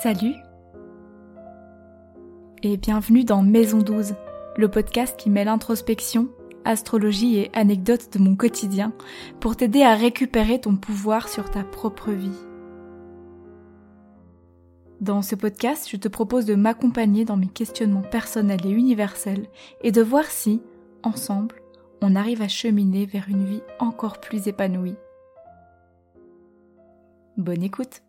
Salut et bienvenue dans Maison 12, le podcast qui mêle introspection, astrologie et anecdotes de mon quotidien pour t'aider à récupérer ton pouvoir sur ta propre vie. Dans ce podcast, je te propose de m'accompagner dans mes questionnements personnels et universels et de voir si, ensemble, on arrive à cheminer vers une vie encore plus épanouie. Bonne écoute!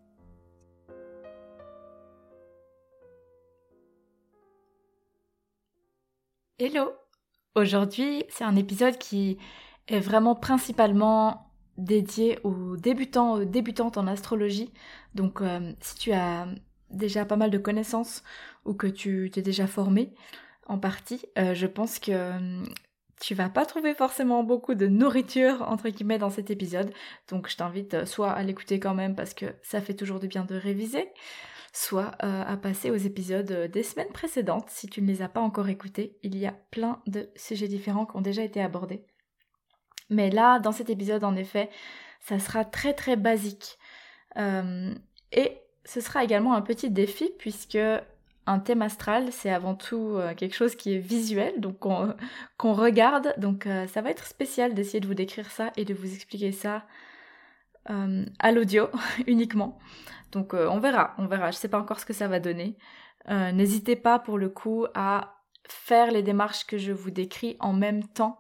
Hello! Aujourd'hui, c'est un épisode qui est vraiment principalement dédié aux débutants, aux débutantes en astrologie. Donc, si tu as déjà pas mal de connaissances ou que tu t'es déjà formé en partie, je pense que tu vas pas trouver forcément beaucoup de nourriture, entre guillemets, dans cet épisode. Donc, je t'invite soit à l'écouter quand même parce que ça fait toujours du bien de réviser, soit à passer aux épisodes des semaines précédentes. Si tu ne les as pas encore écoutés, il y a plein de sujets différents qui ont déjà été abordés. Mais là, dans cet épisode, en effet, ça sera très très basique. Et ce sera également un petit défi puisque un thème astral, c'est avant tout quelque chose qui est visuel, donc qu'on regarde. Donc ça va être spécial d'essayer de vous décrire ça et de vous expliquer ça à l'audio uniquement. Donc on verra, je sais pas encore ce que ça va donner. N'hésitez pas pour le coup à faire les démarches que je vous décris en même temps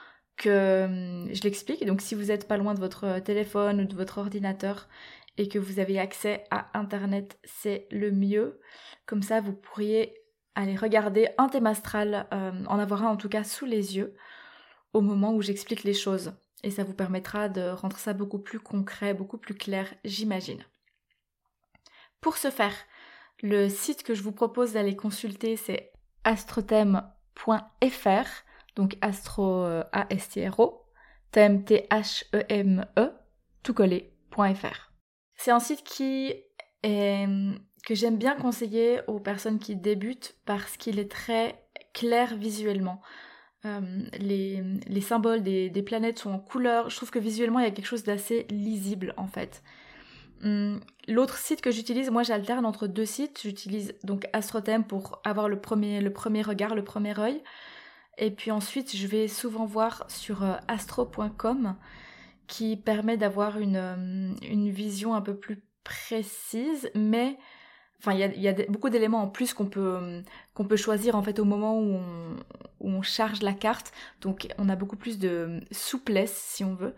que je l'explique. Donc si vous n'êtes pas loin de votre téléphone ou de votre ordinateur et que vous avez accès à internet, c'est le mieux. Comme ça vous pourriez aller regarder un thème astral, en avoir un en tout cas sous les yeux au moment où j'explique les choses. Et ça vous permettra de rendre ça beaucoup plus concret, beaucoup plus clair, j'imagine. Pour ce faire, le site que je vous propose d'aller consulter, c'est astrotheme.fr, donc astro, A-S-T-R-O, thème, T-H-E-M-E, tout collé.fr. C'est un site que j'aime bien conseiller aux personnes qui débutent parce qu'il est très clair visuellement. Les symboles des planètes sont en couleur. Je trouve que visuellement, il y a quelque chose d'assez lisible en fait. L'autre site que j'utilise, moi j'alterne entre deux sites. J'utilise donc Astrothème pour avoir le premier regard, le premier œil. Et puis ensuite, je vais souvent voir sur astro.com qui permet d'avoir une vision un peu plus précise, mais enfin, il y a beaucoup d'éléments en plus qu'on peut choisir en fait au moment où on charge la carte. Donc on a beaucoup plus de souplesse, si on veut,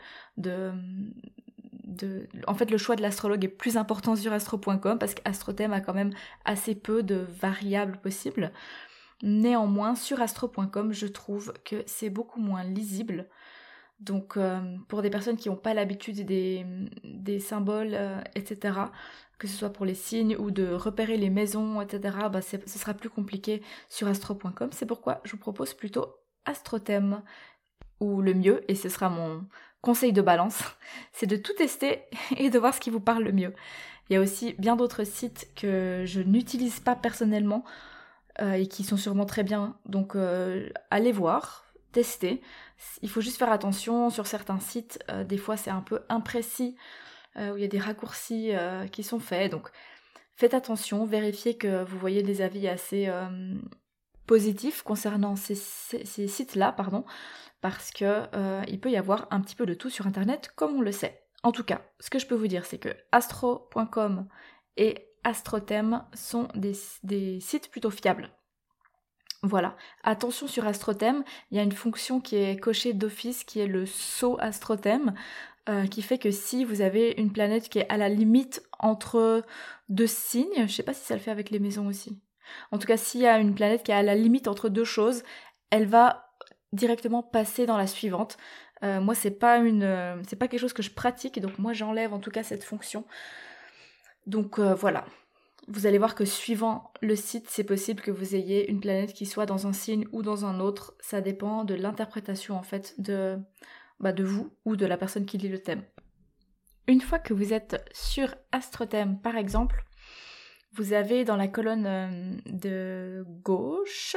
en fait, le choix de l'astrologue est plus important sur astro.com parce qu'Astrothème a quand même assez peu de variables possibles. Néanmoins, sur astro.com, je trouve que c'est beaucoup moins lisible. Donc, pour des personnes qui n'ont pas l'habitude des symboles, etc., que ce soit pour les signes ou de repérer les maisons, etc., ce sera plus compliqué sur astro.com. C'est pourquoi je vous propose plutôt Astrothème. Ou le mieux, et ce sera mon conseil de balance, c'est de tout tester et de voir ce qui vous parle le mieux. Il y a aussi bien d'autres sites que je n'utilise pas personnellement et qui sont sûrement très bien, donc allez voir, testez. Il faut juste faire attention sur certains sites, des fois c'est un peu imprécis, où il y a des raccourcis qui sont faits, donc faites attention, vérifiez que vous voyez des avis assez positifs concernant ces sites-là, parce que il peut y avoir un petit peu de tout sur internet comme on le sait. En tout cas, ce que je peux vous dire, c'est que astro.com et Astrothème sont des sites plutôt fiables. Voilà. Attention sur Astrothème, il y a une fonction qui est cochée d'office qui est le saut Astrothème, qui fait que si vous avez une planète qui est à la limite entre deux signes, je sais pas si ça le fait avec les maisons aussi. En tout cas, s'il y a une planète qui est à la limite entre deux choses, elle va directement passer dans la suivante. Moi, c'est pas quelque chose que je pratique, donc moi j'enlève en tout cas cette fonction. Donc voilà. Vous allez voir que suivant le site, c'est possible que vous ayez une planète qui soit dans un signe ou dans un autre. Ça dépend de l'interprétation en fait de vous ou de la personne qui lit le thème. Une fois que vous êtes sur Astrothème par exemple, vous avez dans la colonne de gauche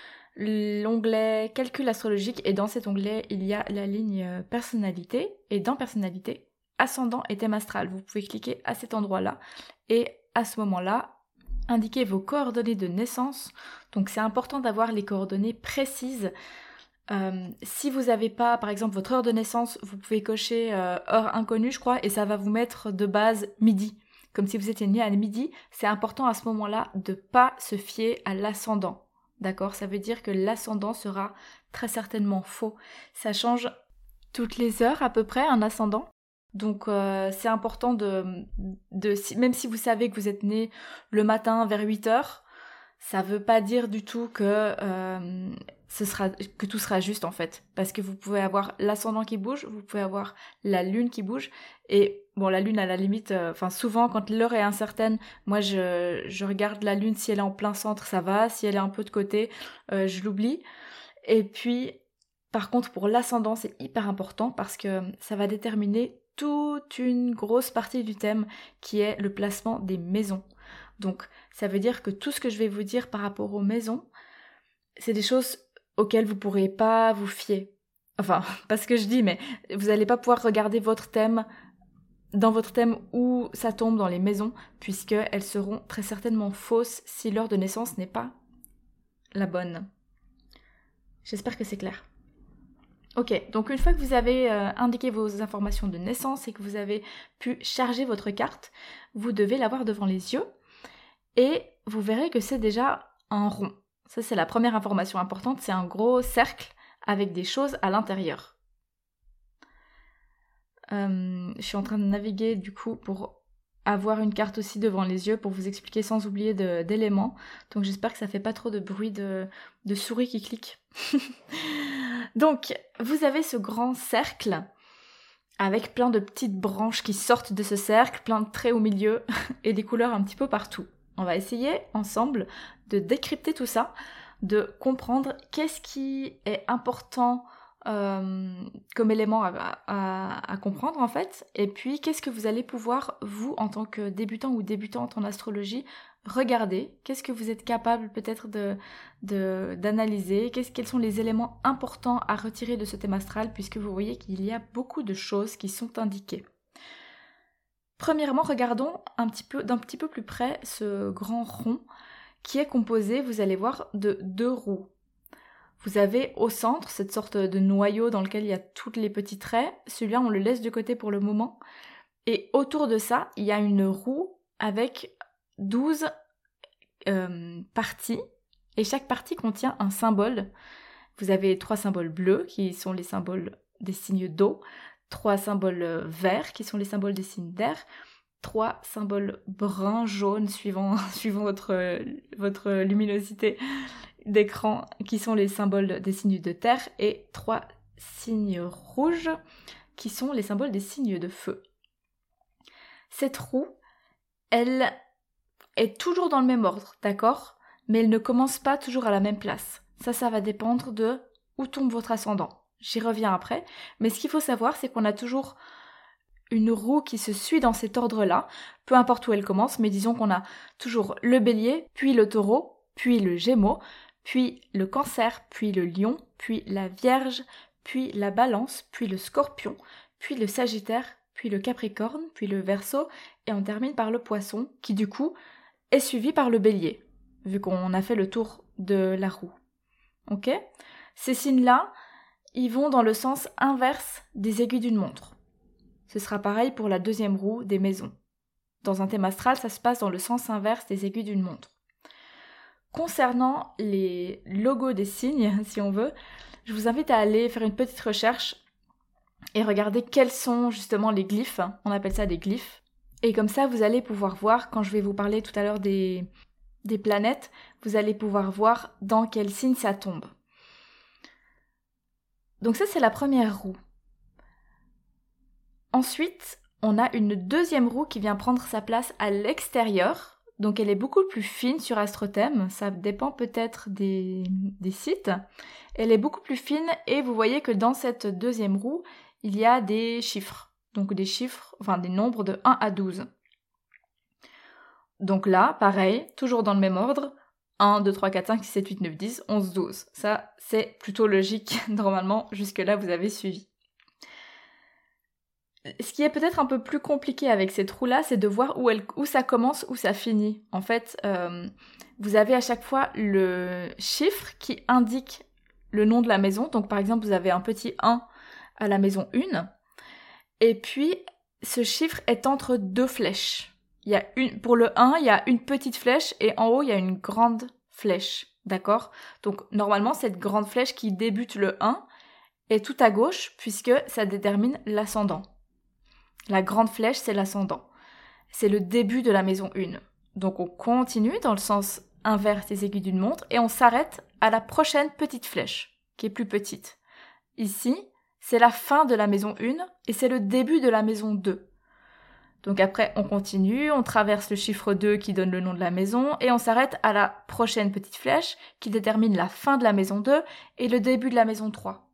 l'onglet calcul astrologique et dans cet onglet il y a la ligne personnalité et dans personnalité, ascendant et thème astral. Vous pouvez cliquer à cet endroit-là et à ce moment-là, indiquer vos coordonnées de naissance. Donc c'est important d'avoir les coordonnées précises. Si vous n'avez pas, par exemple, votre heure de naissance, vous pouvez cocher heure inconnue, je crois, et ça va vous mettre de base midi. Comme si vous étiez né à midi, c'est important à ce moment-là de ne pas se fier à l'ascendant. D'accord ? Ça veut dire que l'ascendant sera très certainement faux. Ça change toutes les heures à peu près, un ascendant. Donc c'est important même si vous savez que vous êtes né le matin vers 8h, ça veut pas dire du tout que tout sera juste en fait. Parce que vous pouvez avoir l'ascendant qui bouge, vous pouvez avoir la lune qui bouge. Et bon, la lune à la limite, souvent quand l'heure est incertaine, moi je regarde la lune, si elle est en plein centre, ça va. Si elle est un peu de côté, je l'oublie. Et puis, par contre, pour l'ascendant, c'est hyper important parce que ça va déterminer toute une grosse partie du thème qui est le placement des maisons. Donc, ça veut dire que tout ce que je vais vous dire par rapport aux maisons, c'est des choses auxquelles vous ne pourrez pas vous fier. Enfin, pas ce que je dis, mais vous n'allez pas pouvoir regarder votre thème dans votre thème où ça tombe dans les maisons, puisqu'elles seront très certainement fausses si l'heure de naissance n'est pas la bonne. J'espère que c'est clair. Ok, donc une fois que vous avez indiqué vos informations de naissance et que vous avez pu charger votre carte, vous devez l'avoir devant les yeux et vous verrez que c'est déjà un rond. Ça, c'est la première information importante, c'est un gros cercle avec des choses à l'intérieur. Je suis en train de naviguer du coup pour avoir une carte aussi devant les yeux pour vous expliquer sans oublier d'éléments. Donc j'espère que ça fait pas trop de bruit de souris qui cliquent. Donc vous avez ce grand cercle avec plein de petites branches qui sortent de ce cercle, plein de traits au milieu et des couleurs un petit peu partout. On va essayer ensemble de décrypter tout ça, de comprendre qu'est-ce qui est important comme élément à comprendre en fait, et puis qu'est-ce que vous allez pouvoir, vous, en tant que débutant ou débutante en astrologie, regarder, qu'est-ce que vous êtes capable peut-être d'analyser, quels sont les éléments importants à retirer de ce thème astral, puisque vous voyez qu'il y a beaucoup de choses qui sont indiquées. Premièrement, regardons d'un petit peu plus près ce grand rond qui est composé, vous allez voir, de 2 roues. Vous avez au centre cette sorte de noyau dans lequel il y a tous les petits traits. Celui-là, on le laisse de côté pour le moment. Et autour de ça, il y a une roue avec 12 parties. Et chaque partie contient un symbole. Vous avez 3 symboles bleus qui sont les symboles des signes d'eau. 3 symboles verts qui sont les symboles des signes d'air. 3 symboles bruns, jaunes, suivant votre luminosité d'écran, qui sont les symboles des signes de terre, et 3 signes rouges qui sont les symboles des signes de feu. Cette roue, elle est toujours dans le même ordre, d'accord ? Mais elle ne commence pas toujours à la même place. Ça va dépendre de où tombe votre ascendant. J'y reviens après, mais ce qu'il faut savoir, c'est qu'on a toujours une roue qui se suit dans cet ordre-là, peu importe où elle commence, mais disons qu'on a toujours le bélier, puis le taureau, puis le gémeaux, puis le cancer, puis le lion, puis la vierge, puis la balance, puis le scorpion, puis le sagittaire, puis le capricorne, puis le verseau, et on termine par le poisson, qui du coup est suivi par le bélier, vu qu'on a fait le tour de la roue. Ok ? Ces signes-là, ils vont dans le sens inverse des aiguilles d'une montre. Ce sera pareil pour la 2e roue des maisons. Dans un thème astral, ça se passe dans le sens inverse des aiguilles d'une montre. Concernant les logos des signes, si on veut, je vous invite à aller faire une petite recherche et regarder quels sont justement les glyphes. On appelle ça des glyphes. Et comme ça, vous allez pouvoir voir, quand je vais vous parler tout à l'heure des planètes, vous allez pouvoir voir dans quel signe ça tombe. Donc ça, c'est la première roue. Ensuite, on a une 2e roue qui vient prendre sa place à l'extérieur. Donc elle est beaucoup plus fine sur AstroThème, ça dépend peut-être des sites. Elle est beaucoup plus fine et vous voyez que dans cette 2e roue, il y a des chiffres. Donc des chiffres, enfin des nombres de 1 à 12. Donc là, pareil, toujours dans le même ordre, 1, 2, 3, 4, 5, 6, 7, 8, 9, 10, 11, 12. Ça, c'est plutôt logique, normalement, jusque-là, vous avez suivi. Ce qui est peut-être un peu plus compliqué avec ces trous-là, c'est de voir où ça commence, où ça finit. En fait, vous avez à chaque fois le chiffre qui indique le nom de la maison. Donc par exemple, vous avez un petit 1 à la maison 1. Et puis, ce chiffre est entre deux flèches. Pour le 1, il y a une petite flèche et en haut, il y a une grande flèche. D'accord ? Donc normalement, cette grande flèche qui débute le 1 est tout à gauche puisque ça détermine l'ascendant. La grande flèche, c'est l'ascendant. C'est le début de la maison 1. Donc on continue dans le sens inverse des aiguilles d'une montre et on s'arrête à la prochaine petite flèche, qui est plus petite. Ici, c'est la fin de la maison 1 et c'est le début de la maison 2. Donc après, on continue, on traverse le chiffre 2 qui donne le nom de la maison et on s'arrête à la prochaine petite flèche qui détermine la fin de la maison 2 et le début de la maison 3.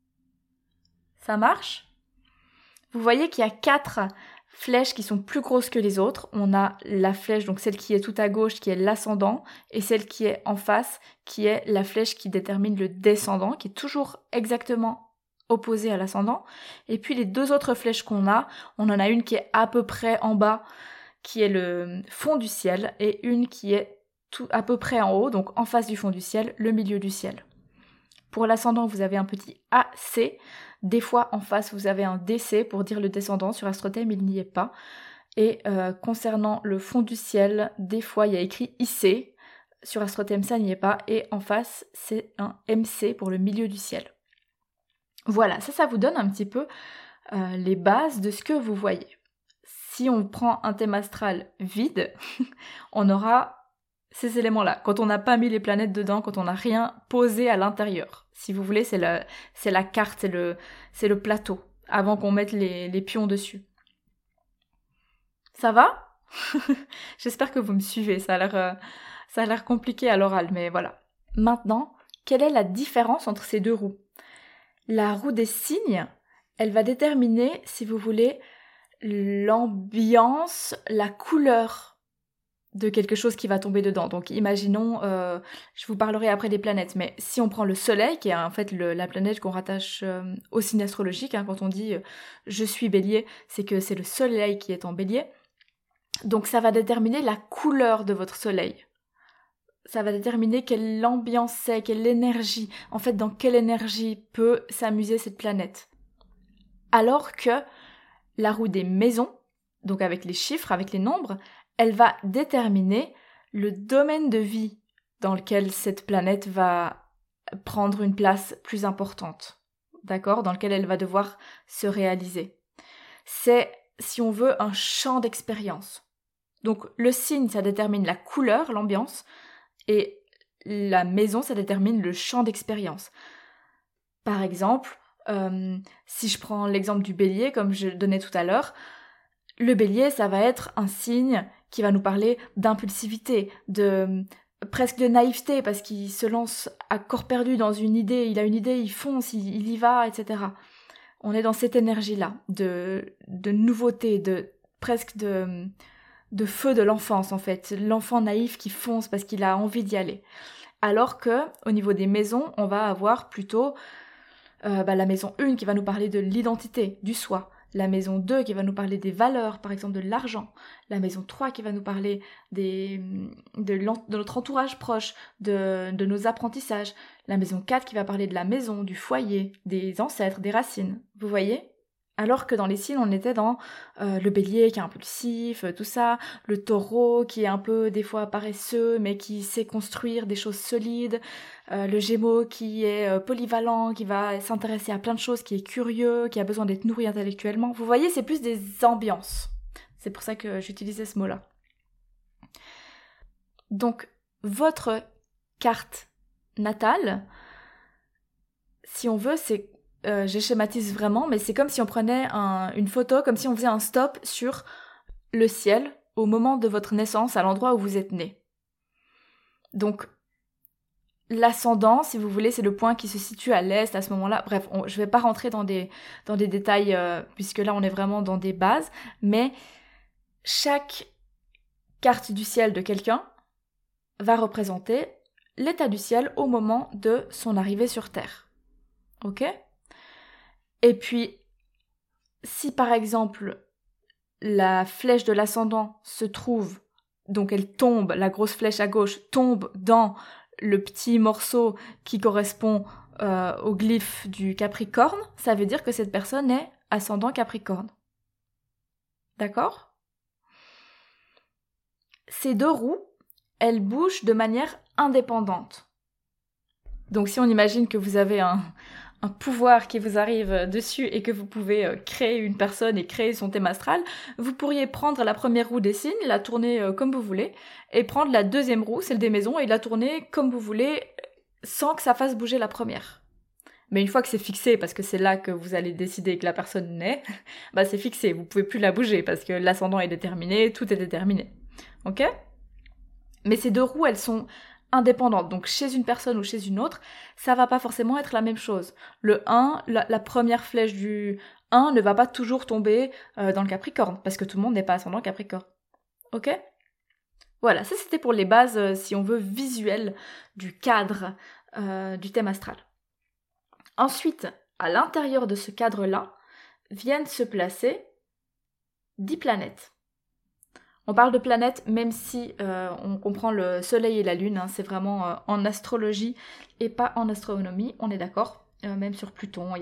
Ça marche ? Vous voyez qu'il y a 4 flèches qui sont plus grosses que les autres. On a la flèche, donc celle qui est tout à gauche, qui est l'ascendant, et celle qui est en face, qui est la flèche qui détermine le descendant, qui est toujours exactement opposée à l'ascendant. Et puis les 2 autres flèches qu'on a, on en a une qui est à peu près en bas, qui est le fond du ciel, et une qui est à peu près en haut, donc en face du fond du ciel, le milieu du ciel. Pour l'ascendant, vous avez un petit AC. Des fois, en face, vous avez un DC pour dire le descendant. Sur Astrothème, il n'y est pas. Et concernant le fond du ciel, des fois, il y a écrit IC. Sur Astrothème, ça n'y est pas. Et en face, c'est un MC pour le milieu du ciel. Voilà, ça vous donne un petit peu les bases de ce que vous voyez. Si on prend un thème astral vide, on aura ces éléments-là, quand on n'a pas mis les planètes dedans, quand on n'a rien posé à l'intérieur. Si vous voulez, c'est la carte, c'est le plateau, avant qu'on mette les pions dessus. Ça va ? J'espère que vous me suivez, ça a l'air compliqué à l'oral, mais voilà. Maintenant, quelle est la différence entre ces 2 roues ? La roue des signes, elle va déterminer, si vous voulez, l'ambiance, la couleur de quelque chose qui va tomber dedans. Donc imaginons, je vous parlerai après des planètes, mais si on prend le soleil, qui est en fait la planète qu'on rattache au signe astrologique, quand on dit je suis bélier, c'est que c'est le soleil qui est en bélier. Donc ça va déterminer la couleur de votre soleil. Ça va déterminer quelle ambiance c'est, quelle énergie, en fait dans quelle énergie peut s'amuser cette planète. Alors que la roue des maisons, donc avec les chiffres, avec les nombres, elle va déterminer le domaine de vie dans lequel cette planète va prendre une place plus importante, d'accord, dans lequel elle va devoir se réaliser. C'est, si on veut, un champ d'expérience. Donc le signe, ça détermine la couleur, l'ambiance, et la maison, ça détermine le champ d'expérience. Par exemple, si je prends l'exemple du bélier, comme je donnais tout à l'heure, le bélier, ça va être un signe qui va nous parler d'impulsivité, presque de naïveté, parce qu'il se lance à corps perdu dans une idée, il a une idée, il fonce, il y va, etc. On est dans cette énergie-là, de nouveauté, presque de feu de l'enfance, en fait. L'enfant naïf qui fonce parce qu'il a envie d'y aller. Alors que, au niveau des maisons, on va avoir plutôt la maison 1 qui va nous parler de l'identité, du soi. La maison 2 qui va nous parler des valeurs, par exemple de l'argent. La maison 3 qui va nous parler de notre entourage proche, de nos apprentissages. La maison 4 qui va parler de la maison, du foyer, des ancêtres, des racines. Vous voyez ? Alors que dans les signes, on était dans le bélier qui est impulsif, tout ça, le taureau qui est un peu des fois paresseux mais qui sait construire des choses solides, le gémeau qui est polyvalent, qui va s'intéresser à plein de choses, qui est curieux, qui a besoin d'être nourri intellectuellement. Vous voyez, c'est plus des ambiances. C'est pour ça que j'utilisais ce mot-là. Donc, votre carte natale, si on veut, c'est... je schématise vraiment, mais c'est comme si on prenait une photo, comme si on faisait un stop sur le ciel au moment de votre naissance, à l'endroit où vous êtes né. Donc, l'ascendant, si vous voulez, c'est le point qui se situe à l'est à ce moment-là. Bref, je vais pas rentrer dans des détails, puisque là, on est vraiment dans des bases, mais chaque carte du ciel de quelqu'un va représenter l'état du ciel au moment de son arrivée sur Terre. Ok ? Et puis, si par exemple la flèche de l'ascendant se trouve, donc elle tombe, la grosse flèche à gauche tombe dans le petit morceau qui correspond au glyphe du Capricorne, ça veut dire que cette personne est ascendant Capricorne. D'accord ? Ces deux roues, elles bougent de manière indépendante. Donc si on imagine que vous avez un pouvoir qui vous arrive dessus et que vous pouvez créer une personne et créer son thème astral, vous pourriez prendre la première roue des signes, la tourner comme vous voulez, et prendre la deuxième roue, celle des maisons, et la tourner comme vous voulez, sans que ça fasse bouger la première. Mais une fois que c'est fixé, parce que c'est là que vous allez décider que la personne naît, bah c'est fixé, vous pouvez plus la bouger, parce que l'ascendant est déterminé, tout est déterminé. Ok ? Mais ces deux roues, elles sont indépendantes. Donc chez une personne ou chez une autre, ça va pas forcément être la même chose. Le 1, la première flèche du 1 ne va pas toujours tomber dans le Capricorne, parce que tout le monde n'est pas ascendant Capricorne. Ok ? Voilà, ça c'était pour les bases, si on veut, visuelles du cadre du thème astral. Ensuite, à l'intérieur de ce cadre-là, viennent se placer 10 planètes. On parle de planètes même si on comprend le soleil et la lune, hein, c'est vraiment en astrologie et pas en astronomie, on est d'accord. Même sur Pluton,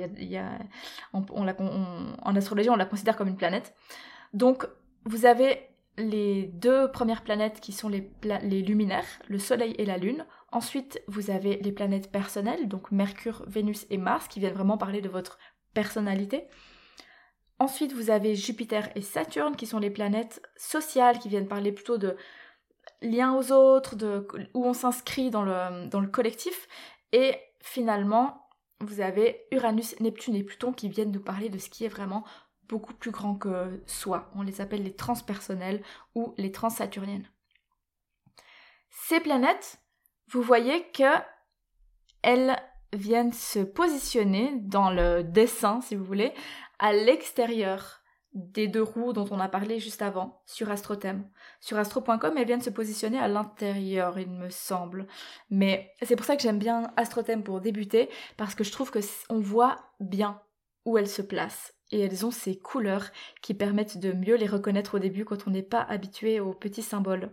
en astrologie on la considère comme une planète. Donc vous avez les deux premières planètes qui sont les luminaires, le soleil et la lune. Ensuite vous avez les planètes personnelles, donc Mercure, Vénus et Mars, qui viennent vraiment parler de votre personnalité. Ensuite, vous avez Jupiter et Saturne, qui sont les planètes sociales, qui viennent parler plutôt de liens aux autres, où on s'inscrit dans le collectif. Et finalement, vous avez Uranus, Neptune et Pluton qui viennent nous parler de ce qui est vraiment beaucoup plus grand que soi. On les appelle les transpersonnelles ou les transsaturniennes. Ces planètes, vous voyez que elles viennent se positionner dans le dessin, si vous voulez, à l'extérieur des deux roues dont on a parlé juste avant, sur AstroThème. Sur astro.com, elles viennent se positionner à l'intérieur, il me semble. Mais c'est pour ça que j'aime bien AstroThème pour débuter, parce que je trouve qu'on voit bien où elles se placent. Et elles ont ces couleurs qui permettent de mieux les reconnaître au début quand on n'est pas habitué aux petits symboles.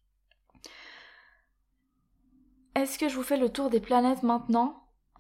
Est-ce que je vous fais le tour des planètes maintenant ?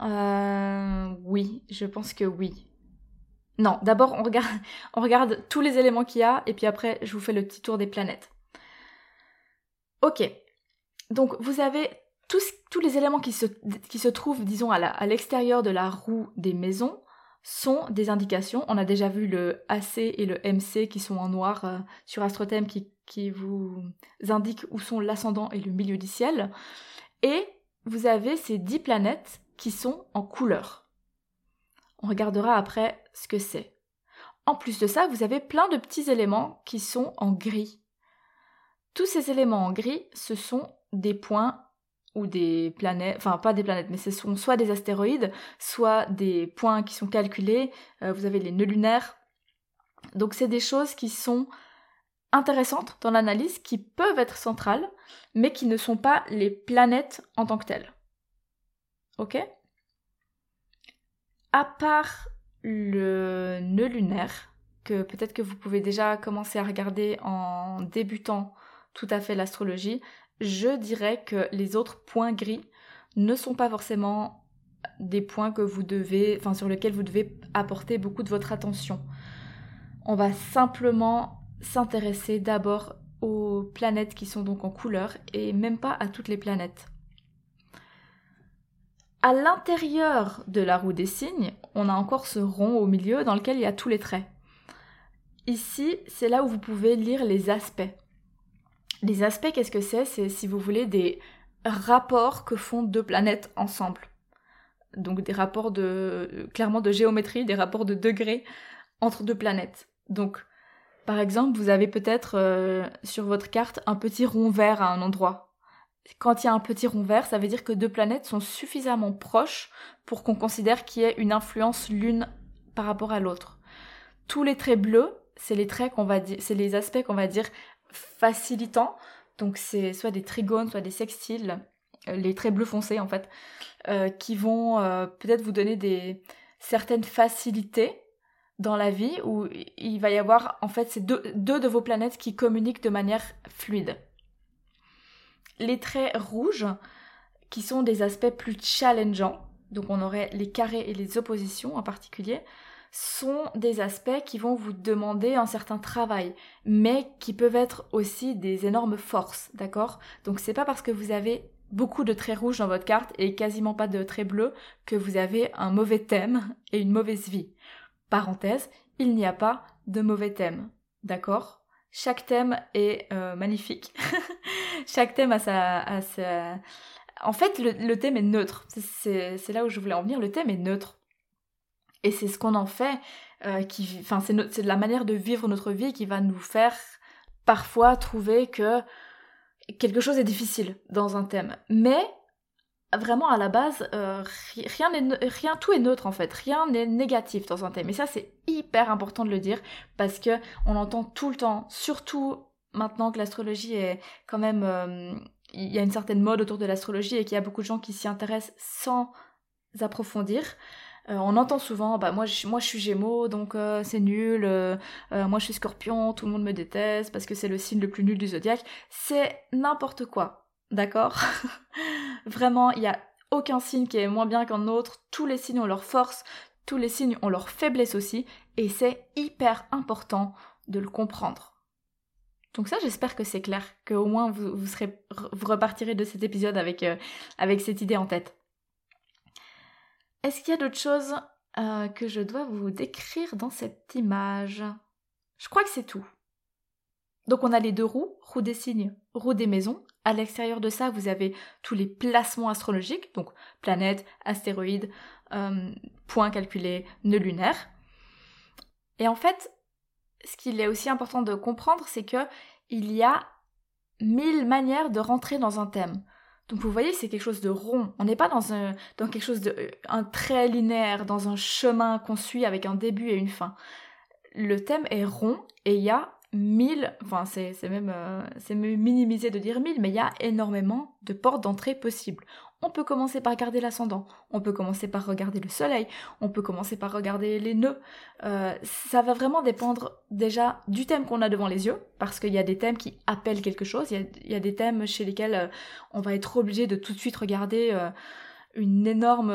Oui, je pense que oui. Non, d'abord on regarde tous les éléments qu'il y a et puis après je vous fais le petit tour des planètes. Ok, donc vous avez tous les éléments qui se trouvent, disons, à l'extérieur de la roue des maisons sont des indications. On a déjà vu le AC et le MC qui sont en noir sur AstroThème qui vous indiquent où sont l'ascendant et le milieu du ciel. Et vous avez ces 10 planètes qui sont en couleur. On regardera après ce que c'est. En plus de ça, vous avez plein de petits éléments qui sont en gris. Tous ces éléments en gris, ce sont des points ou des planètes, enfin pas des planètes, mais ce sont soit des astéroïdes, soit des points qui sont calculés, vous avez les nœuds lunaires. Donc c'est des choses qui sont intéressantes dans l'analyse, qui peuvent être centrales, mais qui ne sont pas les planètes en tant que telles. Ok ? À part le nœud lunaire, que peut-être que vous pouvez déjà commencer à regarder en débutant tout à fait l'astrologie, je dirais que les autres points gris ne sont pas forcément des points sur lesquels vous devez apporter beaucoup de votre attention. On va simplement s'intéresser d'abord aux planètes qui sont donc en couleur et même pas à toutes les planètes. À l'intérieur de la roue des signes, on a encore ce rond au milieu dans lequel il y a tous les traits. Ici, c'est là où vous pouvez lire les aspects. Les aspects, qu'est-ce que c'est ? C'est, si vous voulez, des rapports que font deux planètes ensemble. Donc des rapports clairement de géométrie, des rapports de degrés entre deux planètes. Donc, par exemple, vous avez peut-être sur votre carte un petit rond vert à un endroit. Quand il y a un petit rond vert, ça veut dire que deux planètes sont suffisamment proches pour qu'on considère qu'il y ait une influence l'une par rapport à l'autre. Tous les traits bleus, c'est les aspects qu'on va dire facilitants. Donc c'est soit des trigones, soit des sextiles, les traits bleus foncés en fait, qui vont peut-être vous donner certaines facilités dans la vie où il va y avoir en fait ces deux de vos planètes qui communiquent de manière fluide. Les traits rouges, qui sont des aspects plus challengeants, donc on aurait les carrés et les oppositions en particulier, sont des aspects qui vont vous demander un certain travail, mais qui peuvent être aussi des énormes forces, d'accord ? Donc c'est pas parce que vous avez beaucoup de traits rouges dans votre carte et quasiment pas de traits bleus que vous avez un mauvais thème et une mauvaise vie. Parenthèse, il n'y a pas de mauvais thème, d'accord ? Chaque thème est magnifique. Chaque thème a sa... En fait, le thème est neutre. C'est là où je voulais en venir. Le thème est neutre. Et c'est ce qu'on en fait, c'est de la manière de vivre notre vie qui va nous faire parfois trouver que quelque chose est difficile dans un thème. Mais vraiment à la base, tout est neutre en fait, rien n'est négatif dans un thème. Et ça c'est hyper important de le dire parce que on entend tout le temps, surtout maintenant que l'astrologie est quand même, il y a une certaine mode autour de l'astrologie et qu'il y a beaucoup de gens qui s'y intéressent sans approfondir. On entend souvent, moi je suis Gémeaux, donc c'est nul, moi je suis Scorpion, tout le monde me déteste parce que c'est le signe le plus nul du zodiaque. C'est n'importe quoi, d'accord ? Vraiment, il n'y a aucun signe qui est moins bien qu'un autre, tous les signes ont leur force, tous les signes ont leur faiblesse aussi, et c'est hyper important de le comprendre. Donc ça, j'espère que c'est clair, qu'au moins vous repartirez de cet épisode avec cette idée en tête. Est-ce qu'il y a d'autres choses que je dois vous décrire dans cette image ? Je crois que c'est tout. Donc on a les deux roues des signes, roue des maisons. À l'extérieur de ça, vous avez tous les placements astrologiques, donc planètes, astéroïdes, points calculés, nœuds lunaires. Et en fait, ce qu'il est aussi important de comprendre, c'est que il y a 1000 manières de rentrer dans un thème. Donc vous voyez, c'est quelque chose de rond. On n'est pas dans quelque chose un trait linéaire, dans un chemin qu'on suit avec un début et une fin. Le thème est rond et il y a 1000, enfin c'est même minimisé de dire 1000, mais il y a énormément de portes d'entrée possibles. On peut commencer par regarder l'ascendant, on peut commencer par regarder le soleil, on peut commencer par regarder les nœuds. Ça va vraiment dépendre déjà du thème qu'on a devant les yeux, parce qu'il y a des thèmes qui appellent quelque chose, il y a des thèmes chez lesquels on va être obligé de tout de suite regarder un énorme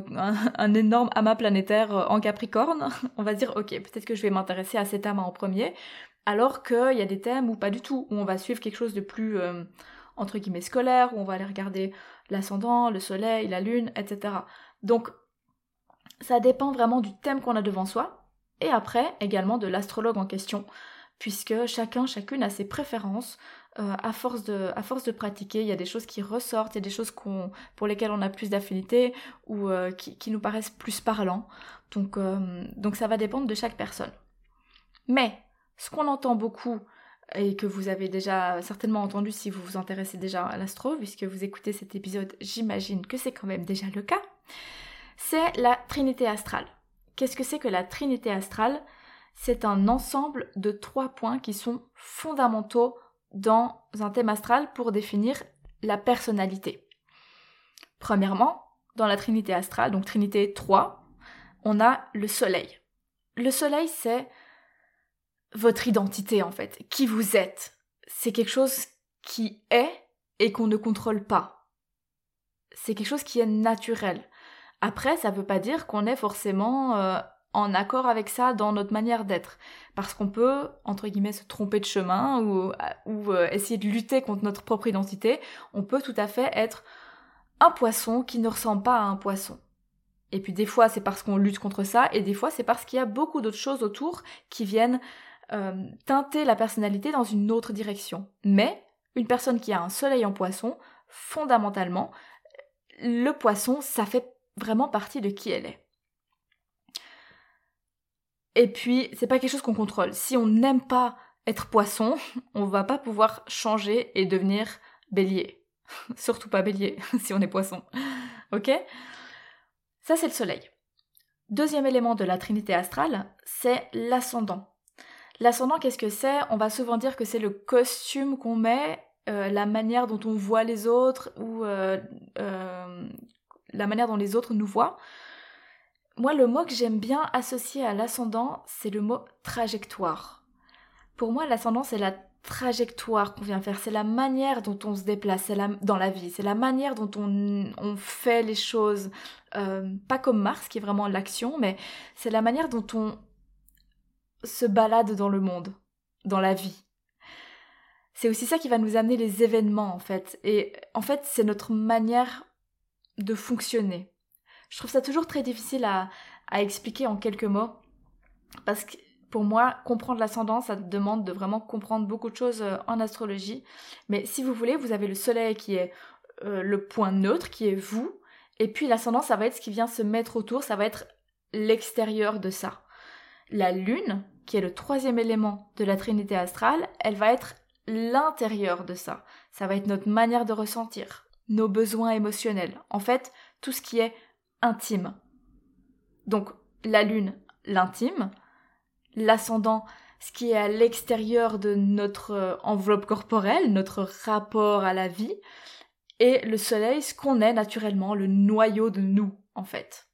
amas planétaire en Capricorne. On va se dire, ok, peut-être que je vais m'intéresser à cet amas en premier, alors qu'il y a des thèmes où pas du tout, où on va suivre quelque chose de plus, entre guillemets, scolaire, où on va aller regarder l'ascendant, le soleil, la lune, etc. Donc, ça dépend vraiment du thème qu'on a devant soi, et après, également de l'astrologue en question, puisque chacune a ses préférences. À force de pratiquer, il y a des choses qui ressortent, il y a des choses pour lesquelles on a plus d'affinité, ou qui nous paraissent plus parlants. Donc ça va dépendre de chaque personne. Mais, ce qu'on entend beaucoup, et que vous avez déjà certainement entendu si vous vous intéressez déjà à l'astro, puisque vous écoutez cet épisode, j'imagine que c'est quand même déjà le cas, c'est la trinité astrale. Qu'est-ce que c'est que la trinité astrale ? C'est un ensemble de 3 points qui sont fondamentaux dans un thème astral pour définir la personnalité. Premièrement, dans la trinité astrale, donc trinité 3, on a le soleil. Le soleil, c'est votre identité en fait, qui vous êtes. C'est quelque chose qui est et qu'on ne contrôle pas. C'est quelque chose qui est naturel. Après, ça ne veut pas dire qu'on est forcément en accord avec ça dans notre manière d'être. Parce qu'on peut, entre guillemets, se tromper de chemin ou essayer de lutter contre notre propre identité. On peut tout à fait être un poisson qui ne ressemble pas à un poisson. Et puis des fois, c'est parce qu'on lutte contre ça, et des fois, c'est parce qu'il y a beaucoup d'autres choses autour qui viennent teinter la personnalité dans une autre direction. Mais une personne qui a un soleil en poisson, fondamentalement, le poisson, ça fait vraiment partie de qui elle est. Et puis, c'est pas quelque chose qu'on contrôle. Si on n'aime pas être poisson, on va pas pouvoir changer et devenir bélier. Surtout pas bélier, si on est poisson. Ok ? Ça, c'est le soleil. Deuxième élément de la trinité astrale, c'est l'ascendant. L'ascendant, qu'est-ce que c'est ? On va souvent dire que c'est le costume qu'on met, la manière dont on voit les autres ou la manière dont les autres nous voient. Moi, le mot que j'aime bien associer à l'ascendant, c'est le mot trajectoire. Pour moi, l'ascendant, c'est la trajectoire qu'on vient faire, c'est la manière dont on se déplace dans la vie, c'est la manière dont on fait les choses, pas comme Mars qui est vraiment l'action, mais c'est la manière dont on se balade dans le monde, dans la vie. C'est aussi ça qui va nous amener les événements en fait, et en fait c'est notre manière de fonctionner. Je trouve ça toujours très difficile à expliquer en quelques mots, parce que pour moi, comprendre l'ascendant, ça demande de vraiment comprendre beaucoup de choses en astrologie. Mais si vous voulez, vous avez le soleil qui est le point neutre, qui est vous. Et puis l'ascendant, ça va être ce qui vient se mettre autour, ça va être l'extérieur de ça. La lune, qui est le troisième élément de la trinité astrale, elle va être l'intérieur de ça. Ça va être notre manière de ressentir, nos besoins émotionnels. En fait, tout ce qui est intime. Donc la lune, l'intime. L'ascendant, ce qui est à l'extérieur de notre enveloppe corporelle, notre rapport à la vie, et le soleil, ce qu'on est naturellement, le noyau de nous, en fait.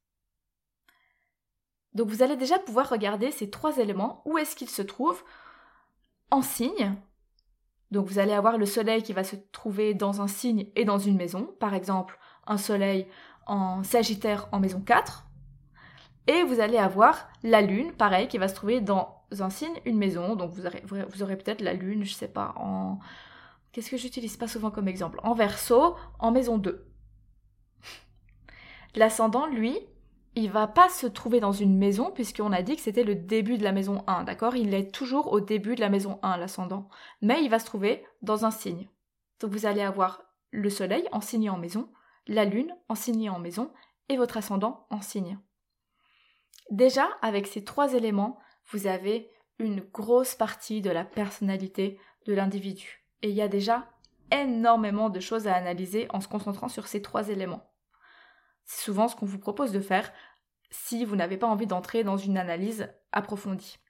Donc vous allez déjà pouvoir regarder ces trois éléments, où est-ce qu'ils se trouvent en signe. Donc vous allez avoir le soleil qui va se trouver dans un signe et dans une maison, par exemple un soleil en Sagittaire en maison 4, et vous allez avoir la lune, pareil, qui va se trouver dans un signe, une maison. Donc vous aurez peut-être la lune, je sais pas, en... Qu'est-ce que j'utilise pas souvent comme exemple ? En Verseau, en maison 2. L'ascendant, lui, il va pas se trouver dans une maison, puisqu'on a dit que c'était le début de la maison 1, d'accord ? Il est toujours au début de la maison 1, l'ascendant. Mais il va se trouver dans un signe. Donc vous allez avoir le soleil en signe et en maison, la lune en signe et en maison, et votre ascendant en signe. Déjà, avec ces trois éléments, vous avez une grosse partie de la personnalité de l'individu. Et il y a déjà énormément de choses à analyser en se concentrant sur ces trois éléments. C'est souvent ce qu'on vous propose de faire si vous n'avez pas envie d'entrer dans une analyse approfondie.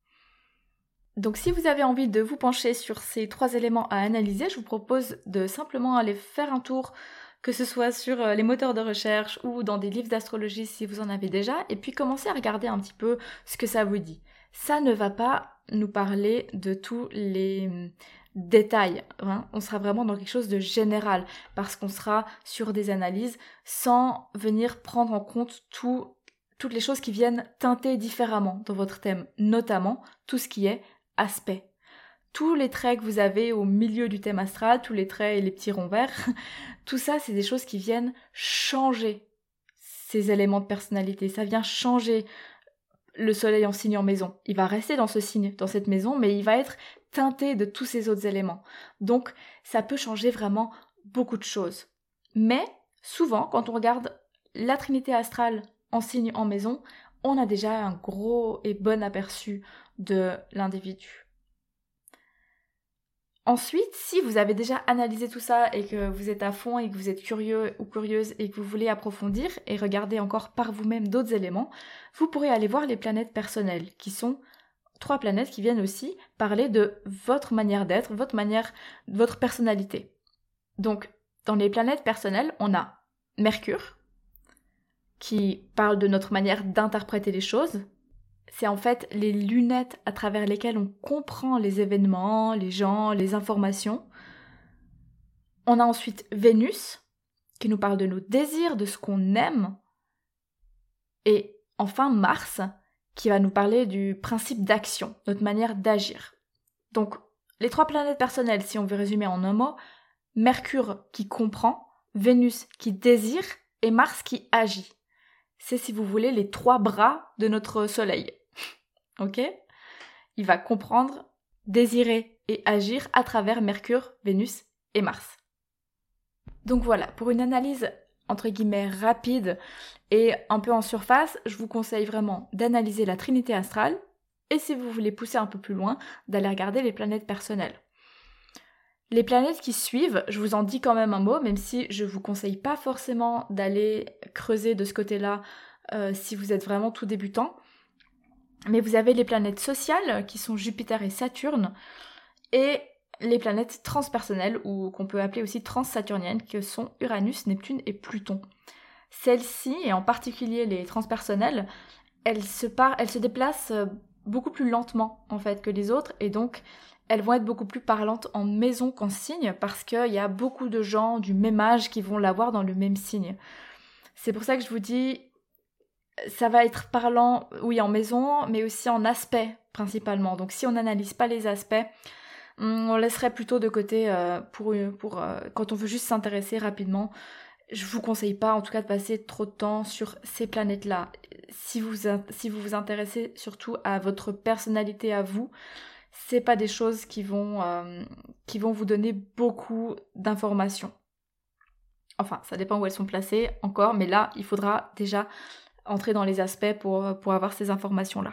Donc si vous avez envie de vous pencher sur ces trois éléments à analyser, je vous propose de simplement aller faire un tour, que ce soit sur les moteurs de recherche ou dans des livres d'astrologie si vous en avez déjà, et puis commencez à regarder un petit peu ce que ça vous dit. Ça ne va pas nous parler de tous les détails, hein. On sera vraiment dans quelque chose de général, parce qu'on sera sur des analyses sans venir prendre en compte toutes les choses qui viennent teinter différemment dans votre thème, notamment tout ce qui est aspect. Tous les traits que vous avez au milieu du thème astral, tous les traits et les petits ronds verts, tout ça, c'est des choses qui viennent changer ces éléments de personnalité. Ça vient changer le soleil en signe en maison. Il va rester dans ce signe, dans cette maison, mais il va être teinté de tous ces autres éléments. Donc, ça peut changer vraiment beaucoup de choses. Mais, souvent, quand on regarde la trinité astrale en signe en maison, on a déjà un gros et bon aperçu de l'individu. Ensuite, si vous avez déjà analysé tout ça et que vous êtes à fond et que vous êtes curieux ou curieuse et que vous voulez approfondir et regarder encore par vous-même d'autres éléments, vous pourrez aller voir les planètes personnelles, qui sont 3 planètes qui viennent aussi parler de votre manière d'être, votre personnalité. Donc, dans les planètes personnelles, on a Mercure, qui parle de notre manière d'interpréter les choses. C'est en fait les lunettes à travers lesquelles on comprend les événements, les gens, les informations. On a ensuite Vénus, qui nous parle de nos désirs, de ce qu'on aime. Et enfin Mars, qui va nous parler du principe d'action, notre manière d'agir. Donc, les 3 planètes personnelles, si on veut résumer en un mot, Mercure qui comprend, Vénus qui désire et Mars qui agit. C'est, si vous voulez, les 3 bras de notre soleil. Ok ? Il va comprendre, désirer et agir à travers Mercure, Vénus et Mars. Donc voilà, pour une analyse entre guillemets rapide et un peu en surface, je vous conseille vraiment d'analyser la trinité astrale et si vous voulez pousser un peu plus loin, d'aller regarder les planètes personnelles. Les planètes qui suivent, je vous en dis quand même un mot, même si je vous conseille pas forcément d'aller creuser de ce côté-là si vous êtes vraiment tout débutant. Mais vous avez les planètes sociales qui sont Jupiter et Saturne et les planètes transpersonnelles ou qu'on peut appeler aussi transsaturniennes qui sont Uranus, Neptune et Pluton. celles-ci, et en particulier les transpersonnelles, elles se déplacent beaucoup plus lentement en fait que les autres, et donc elles vont être beaucoup plus parlantes en maison qu'en signe, parce qu'il y a beaucoup de gens du même âge qui vont l'avoir dans le même signe. C'est pour ça que je vous dis, ça va être parlant, oui, en maison, mais aussi en aspect principalement. Donc si on n'analyse pas les aspects, on laisserait plutôt de côté pour quand on veut juste s'intéresser rapidement. Je vous conseille pas en tout cas de passer trop de temps sur ces planètes-là. Si vous vous intéressez surtout à votre personnalité à vous, c'est pas des choses qui vont vous donner beaucoup d'informations. Enfin, ça dépend où elles sont placées encore, mais là, il faudra déjà entrer dans les aspects pour avoir ces informations-là.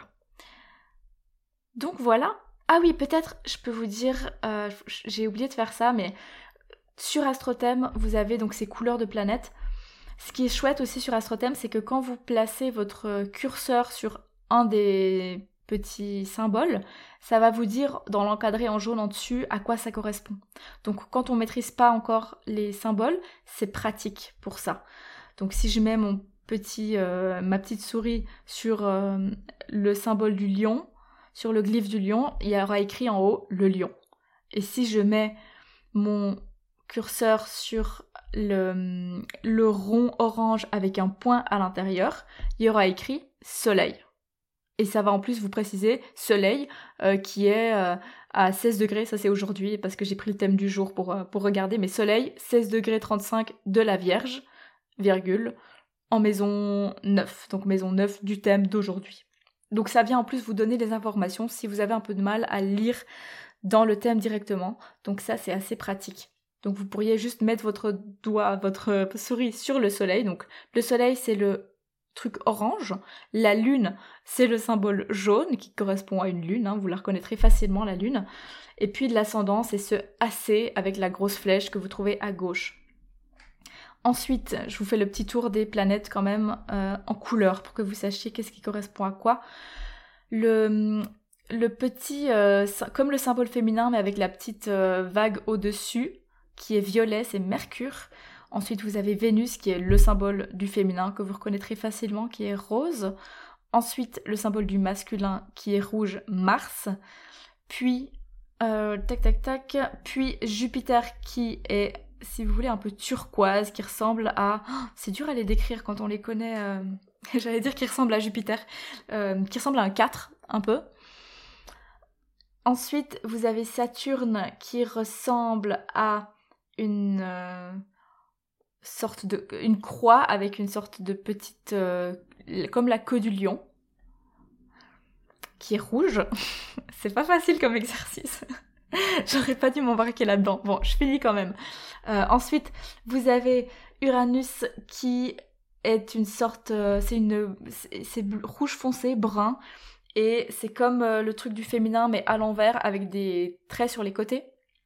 Donc voilà. Ah oui, peut-être, je peux vous dire, j'ai oublié de faire ça, mais sur AstroThème, vous avez donc ces couleurs de planètes. Ce qui est chouette aussi sur AstroThème, c'est que quand vous placez votre curseur sur un des petits symboles, ça va vous dire dans l'encadré en jaune en dessus à quoi ça correspond. Donc quand on maîtrise pas encore les symboles, c'est pratique pour ça. Donc si je mets ma petite souris sur le symbole du lion, sur le glyphe du lion, il y aura écrit en haut le lion. Et si je mets mon curseur sur le rond orange avec un point à l'intérieur, il y aura écrit soleil. Et ça va en plus vous préciser soleil qui est à 16 degrés, ça c'est aujourd'hui parce que j'ai pris le thème du jour pour regarder, mais soleil 16 degrés 35 de la Vierge, virgule, en maison 9, donc maison 9 du thème d'aujourd'hui. Donc ça vient en plus vous donner les informations si vous avez un peu de mal à lire dans le thème directement, donc ça c'est assez pratique. Donc vous pourriez juste mettre votre souris sur le soleil, donc le soleil c'est le truc orange, la lune c'est le symbole jaune qui correspond à une lune, vous la reconnaîtrez facilement la lune, et puis l'ascendant c'est ce AC avec la grosse flèche que vous trouvez à gauche. Ensuite, je vous fais le petit tour des planètes quand même en couleur pour que vous sachiez qu'est-ce qui correspond à quoi. Le petit, comme le symbole féminin mais avec la petite vague au-dessus qui est violet, c'est Mercure. Ensuite, vous avez Vénus qui est le symbole du féminin que vous reconnaîtrez facilement qui est rose. Ensuite, le symbole du masculin qui est rouge, Mars. Puis, puis Jupiter qui est, si vous voulez, un peu turquoise, qui ressemble à... Oh, c'est dur à les décrire quand on les connaît. J'allais dire qu'il ressemble à Jupiter. Qui ressemble à un 4, un peu. Ensuite, vous avez Saturne qui ressemble à une croix avec une sorte de petite... comme la queue du lion, qui est rouge. C'est pas facile comme exercice. J'aurais pas dû m'embarquer là-dedans. Bon, je finis quand même. Ensuite, vous avez Uranus qui est une sorte... c'est rouge foncé, brun, et c'est comme le truc du féminin, mais à l'envers, avec des traits sur les côtés.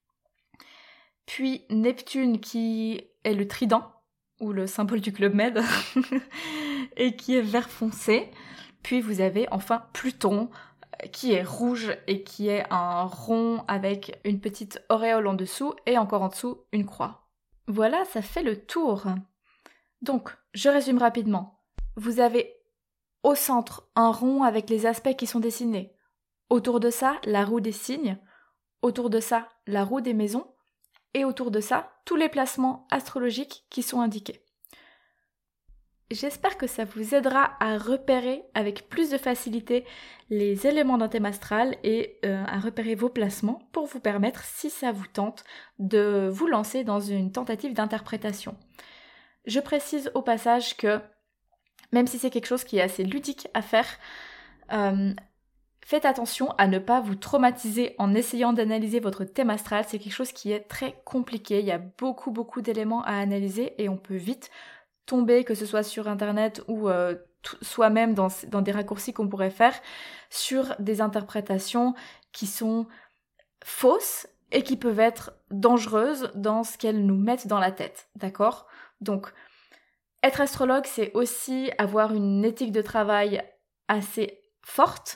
Puis Neptune qui est le trident, ou le symbole du Club Med, et qui est vert foncé. Puis vous avez enfin Pluton, qui est rouge et qui est un rond avec une petite auréole en dessous, et encore en dessous, une croix. Voilà, ça fait le tour. Donc, je résume rapidement. Vous avez au centre un rond avec les aspects qui sont dessinés. Autour de ça, la roue des signes. Autour de ça, la roue des maisons. Et autour de ça, tous les placements astrologiques qui sont indiqués. J'espère que ça vous aidera à repérer avec plus de facilité les éléments d'un thème astral et à repérer vos placements pour vous permettre, si ça vous tente, de vous lancer dans une tentative d'interprétation. Je précise au passage que, même si c'est quelque chose qui est assez ludique à faire, faites attention à ne pas vous traumatiser en essayant d'analyser votre thème astral. C'est quelque chose qui est très compliqué. Il y a beaucoup d'éléments à analyser et on peut vite tomber, que ce soit sur internet ou soi-même dans des raccourcis qu'on pourrait faire, sur des interprétations qui sont fausses et qui peuvent être dangereuses dans ce qu'elles nous mettent dans la tête, d'accord ? Donc, être astrologue, c'est aussi avoir une éthique de travail assez forte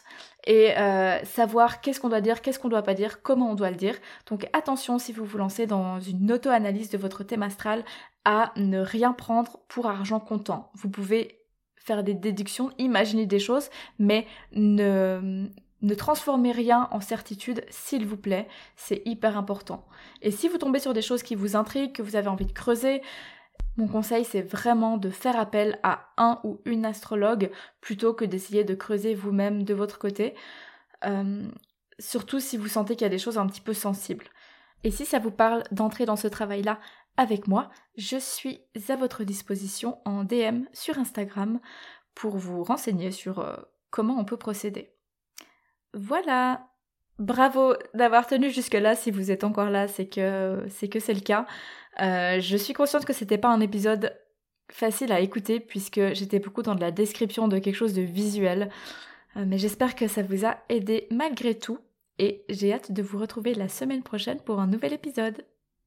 et savoir qu'est-ce qu'on doit dire, qu'est-ce qu'on doit pas dire, comment on doit le dire. Donc attention si vous vous lancez dans une auto-analyse de votre thème astral à ne rien prendre pour argent comptant. Vous pouvez faire des déductions, imaginer des choses, mais ne transformez rien en certitude, s'il vous plaît, c'est hyper important. Et si vous tombez sur des choses qui vous intriguent, que vous avez envie de creuser, mon conseil, c'est vraiment de faire appel à un ou une astrologue plutôt que d'essayer de creuser vous-même de votre côté, surtout si vous sentez qu'il y a des choses un petit peu sensibles. Et si ça vous parle d'entrer dans ce travail-là avec moi, je suis à votre disposition en DM sur Instagram pour vous renseigner sur comment on peut procéder. Voilà! Bravo d'avoir tenu jusque-là, si vous êtes encore là, c'est que c'est le cas. Je suis consciente que c'était pas un épisode facile à écouter puisque j'étais beaucoup dans de la description de quelque chose de visuel, mais j'espère que ça vous a aidé malgré tout et j'ai hâte de vous retrouver la semaine prochaine pour un nouvel épisode.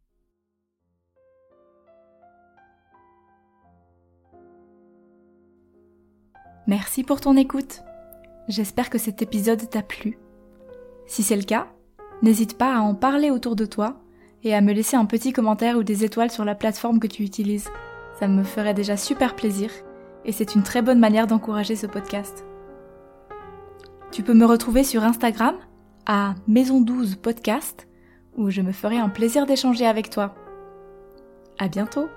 Merci pour ton écoute. J'espère que cet épisode t'a plu. Si c'est le cas, n'hésite pas à en parler autour de toi et à me laisser un petit commentaire ou des étoiles sur la plateforme que tu utilises. Ça me ferait déjà super plaisir et c'est une très bonne manière d'encourager ce podcast. Tu peux me retrouver sur Instagram à Maison12 Podcast où je me ferai un plaisir d'échanger avec toi. À bientôt!